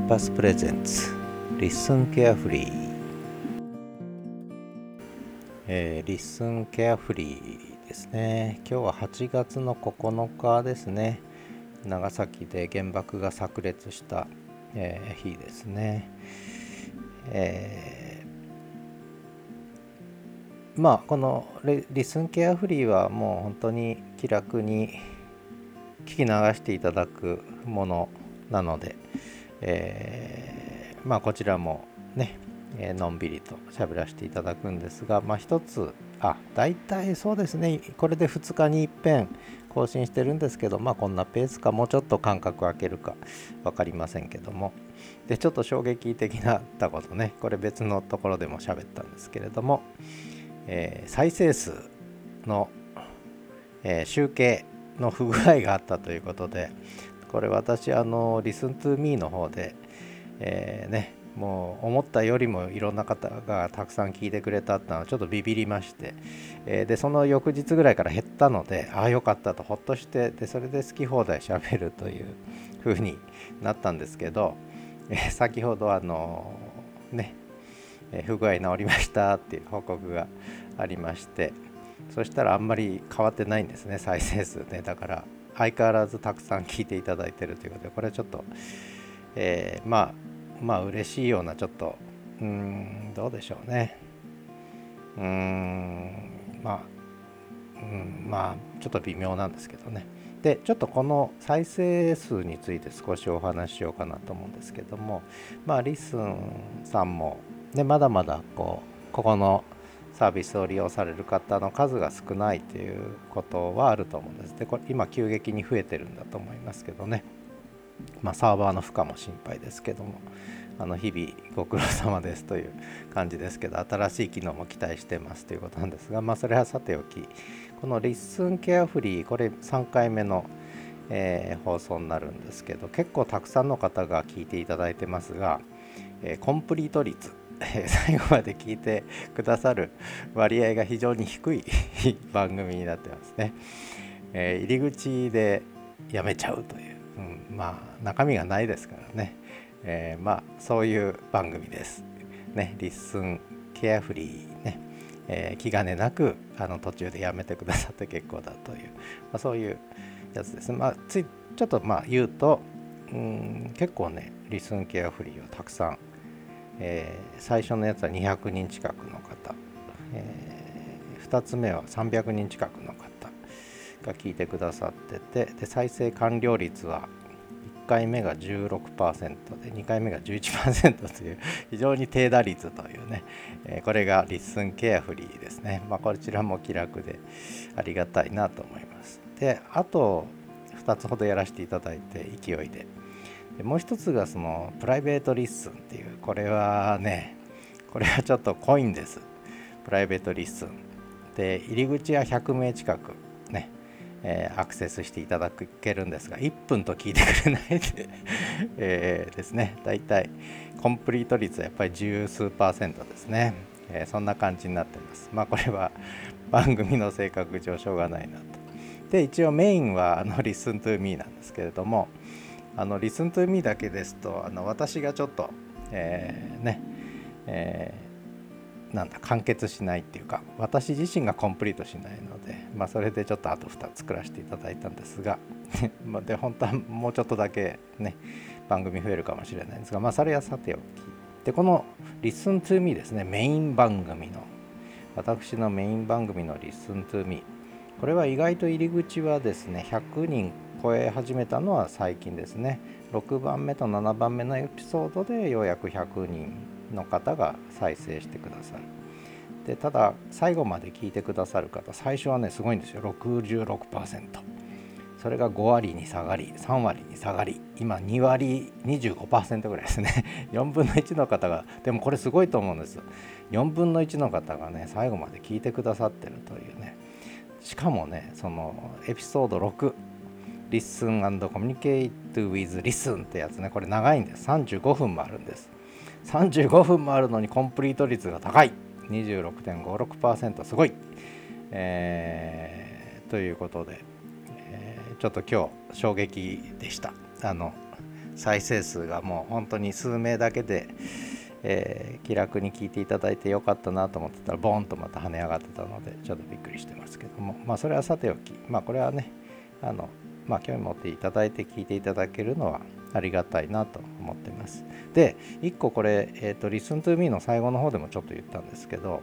パスプレゼンツリッスンケアフリー、リッスンケアフリーですね。今日は8月の9日ですね。長崎で原爆が炸裂した、日ですね。このリッスンケアフリーはもう本当に気楽に聞き流していただくものなので、こちらもね、のんびりと喋らせていただくんですが、一つ大体そうですね、これで2日に一遍更新してるんですけど、こんなペースか、もうちょっと間隔空けるか分かりませんけども、でちょっと衝撃的なったことね、これ別のところでも喋ったんですけれども、再生数の、集計の不具合があったということで、これ私Listen to Me の方で、もう思ったよりもいろんな方がたくさん聞いてくれたってのはちょっとビビりまして、でその翌日ぐらいから減ったので、よかったとほっとして、でそれで好き放題喋るという風になったんですけど、先ほど不具合治りましたっていう報告がありまして、そしたらあんまり変わってないんですね、再生数ね。だから相変わらずたくさん聞いていただいているということで、これはちょっと、嬉しいような、ちょっとどうでしょうね、ちょっと微妙なんですけどね。でちょっとこの再生数について少しお話ししようかなと思うんですけども、リスンさんも、まだまだここのサービスを利用される方の数が少ないということはあると思うんです。でこれ今急激に増えてるんだと思いますけどね。サーバーの負荷も心配ですけども、日々ご苦労様ですという感じですけど、新しい機能も期待してますということなんですが、それはさておき、このリッスンケアフリー、これ3回目の、放送になるんですけど、結構たくさんの方が聞いていただいてますが、コンプリート率、最後まで聞いてくださる割合が非常に低い番組になってますね。入り口でやめちゃうという、中身がないですからね。そういう番組ですね。リッスンケアフリーね、気兼ねなく途中でやめてくださって結構だという、そういうやつですね。ちょっと言うと、結構ね、リスンケアフリーをたくさん、最初のやつは200人近くの方、2つ目は300人近くの方が聞いてくださってて、で再生完了率は1回目が 16% で2回目が 11% という非常に低打率というね、これがリッスンケアフリーですね。こちらも気楽でありがたいなと思います。であと2つほどやらせていただいて勢いで、もう一つがそのプライベートリッスンっていう、これはちょっと濃いんです。プライベートリッスンで入り口は100名近くね、アクセスしていただけるんですが、1分と聞いてくれないで、ですね。だいたいコンプリート率はやっぱり十数%ですね。そんな感じになってます。これは番組の性格上しょうがないなと。で一応メインはListen to Me なんですけれども、Listen to Me だけですと私がちょっと完結しないっていうか、私自身がコンプリートしないので、それでちょっとあと2つ作らせていただいたんですがで本当はもうちょっとだけね番組増えるかもしれないんですが、それはさておきで、この Listen to Me ですね、メイン番組の、私のメイン番組の Listen to Me、 これは意外と入り口はですね100人超え始めたのは最近ですね。6番目と7番目のエピソードでようやく100人の方が再生してくださる。でただ最後まで聞いてくださる方、最初はねすごいんですよ、66%。それが5割に下がり、3割に下がり、今2割 25% ぐらいですね4分の1の方が、でもこれすごいと思うんです。4分の1の方がね最後まで聞いてくださってるというね。しかもね、そのエピソード6、Listen and Communicate with Listen ってやつね、これ長いんです。35分もあるんです。35分もあるのにコンプリート率が高い 26.56%、 すごい、ということで、ちょっと今日衝撃でした。 再生数がもう本当に数名だけで、気楽に聞いていただいてよかったなと思ってたらボーンとまた跳ね上がってたのでちょっとびっくりしてますけども、それはさておき、これはね興味持っていただいて聞いていただけるのはありがたいなと思ってます。で1個これ、Listen to Me の最後の方でもちょっと言ったんですけど、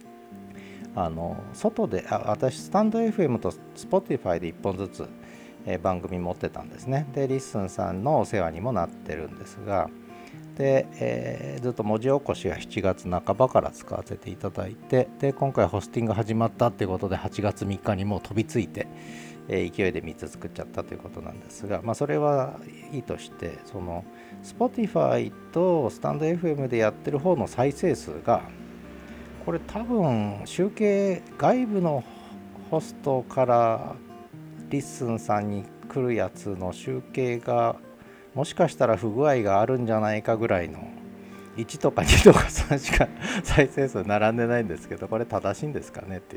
外で私スタンド FM と Spotify で1本ずつ、番組持ってたんですね。でリッスンさんのお世話にもなってるんですが、で、ずっと文字起こしは7月半ばから使わせていただいて、で今回ホスティング始まったっていうことで8月3日にもう飛びついて、勢いで3つ作っちゃったということなんですが、それはいいとして、その Spotify とスタンド FM でやってる方の再生数がこれ多分集計外部のホストからリッスンさんに来るやつの集計がもしかしたら不具合があるんじゃないかぐらいの1とか2とか3しか再生数並んでないんですけど、これ正しいんですかねっていう、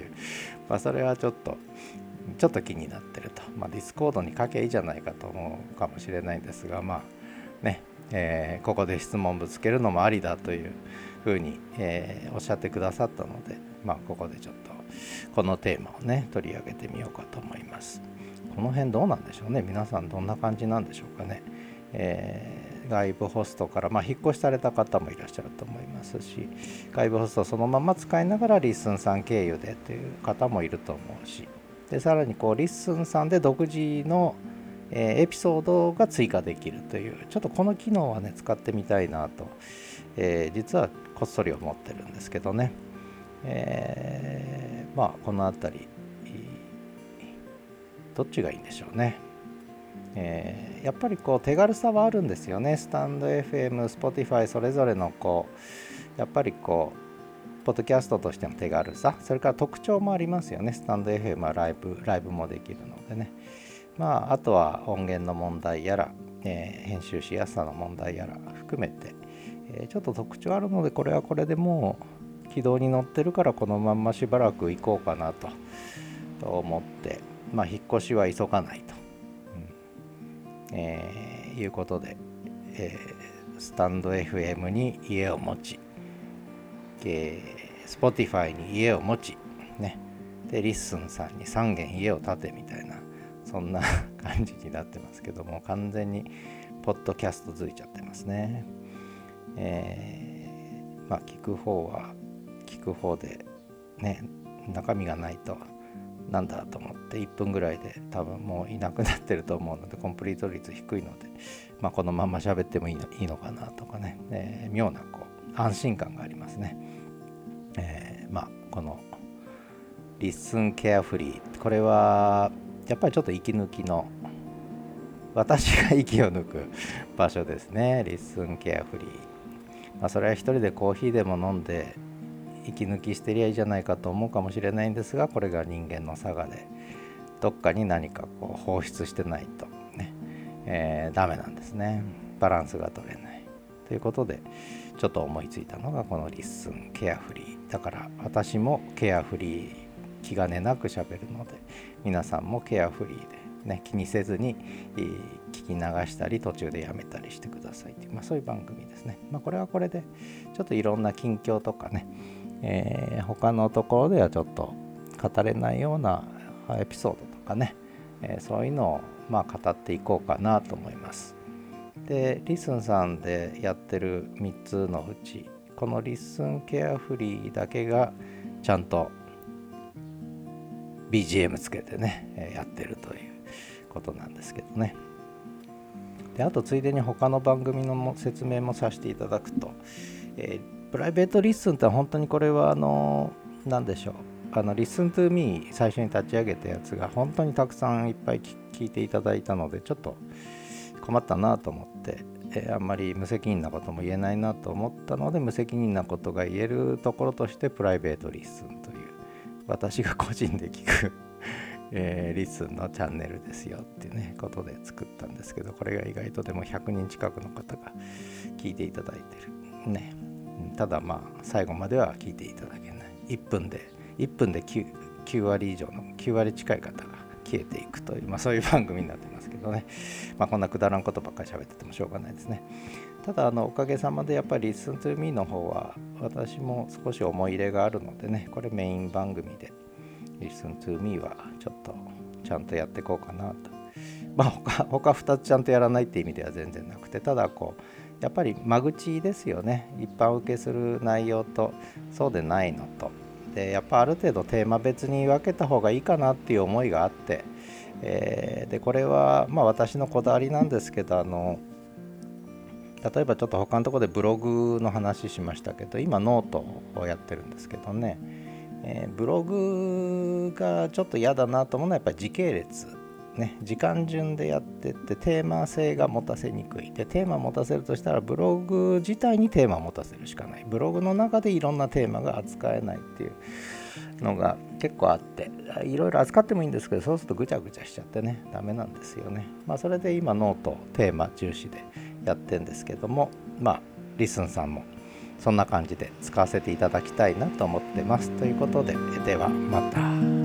それはちょっと気になってると。ディスコードに書けばいいじゃないかと思うかもしれないんですが、ここで質問ぶつけるのもありだというふうに、おっしゃってくださったので、ここでちょっとこのテーマをね取り上げてみようかと思います。この辺どうなんでしょうね。皆さんどんな感じなんでしょうかね。外部ホストから、引っ越しされた方もいらっしゃると思いますし、外部ホストをそのまま使いながらリッスンさん経由でという方もいると思うし、でさらにリッスンさんで独自の、エピソードが追加できるという、ちょっとこの機能はね使ってみたいなと、実はこっそり思ってるんですけどね。このあたりどっちがいいんでしょうね。やっぱり手軽さはあるんですよね。スタンド FM、Spotify それぞれのやっぱりポッドキャストとしての手軽さ、それから特徴もありますよね。スタンド FM はライブもできるのでね。あとは音源の問題やら、編集しやすさの問題やら含めて、ちょっと特徴あるので、これはこれでもう軌道に乗ってるからこのまんましばらく行こうかなと思って、引っ越しは急がないと、いうことで、スタンド FM に家を持ち、Spotify に家を持ち、ね、でリッスンさんに3軒家を建てみたいな、そんな感じになってますけども、完全にポッドキャストづいちゃってますね。聞く方は聞く方でね、中身がないとなんだと思って1分ぐらいで多分もういなくなってると思うので、コンプリート率低いので、このまま喋ってもいいのかなとかね、妙な安心感がありますね。このリッスンケアフリー、これはやっぱりちょっと息抜きの、私が息を抜く場所ですね。リッスンケアフリー、それは一人でコーヒーでも飲んで息抜きしてりゃいいじゃないかと思うかもしれないんですが、これが人間の差がで、どっかに何か放出してないとね、ダメなんですね。バランスが取れないということで、ちょっと思いついたのがこのリッスンケアフリーだから、私もケアフリー気兼ねなく喋るので、皆さんもケアフリーで、ね、気にせずに聞き流したり途中でやめたりしてくださいという、そういう番組ですね。これはこれでちょっといろんな近況とかね、他のところではちょっと語れないようなエピソードとかね、そういうのを語っていこうかなと思います。でリッスンさんでやってる3つのうち、このリッスンケアフリーだけがちゃんと BGM つけてね、やってるということなんですけどね。であとついでに他の番組の説明もさせていただくと、プライベートリッスンって本当にこれは何でしょう、Listen to Me 最初に立ち上げたやつが本当にたくさんいっぱい聞いていただいたので、ちょっと困ったなと思って、あんまり無責任なことも言えないなと思ったので、無責任なことが言えるところとしてプライベートリッスンという、私が個人で聞くリッスンのチャンネルですよっていうねことで作ったんですけど、これが意外とでも100人近くの方が聞いていただいてるね。ただ最後までは聞いていただけない。1分で 9割以上の9割近い方が消えていくという、そういう番組になってますけどね、こんなくだらんことばっかり喋っててもしょうがないですね。ただおかげさまでやっぱり Listen to Me の方は私も少し思い入れがあるのでね、これメイン番組で Listen to Me はちょっとちゃんとやっていこうかなと。他2つちゃんとやらないって意味では全然なくて、ただやっぱり間口ですよね。一般受けする内容とそうでないのとで、やっぱある程度テーマ別に分けた方がいいかなっていう思いがあって、でこれは私のこだわりなんですけど、例えばちょっと他のところでブログの話しましたけど、今ノートをやってるんですけどね、ブログがちょっと嫌だなと思うのはやっぱり時系列ね、時間順でやってってテーマ性が持たせにくい。でテーマ持たせるとしたらブログ自体にテーマを持たせるしかない。ブログの中でいろんなテーマが扱えないっていうのが結構あって、いろいろ扱ってもいいんですけど、そうするとぐちゃぐちゃしちゃってね、ダメなんですよね。それで今ノートテーマ重視でやってるんですけども、リスンさんもそんな感じで使わせていただきたいなと思ってます。ということで、ではまた。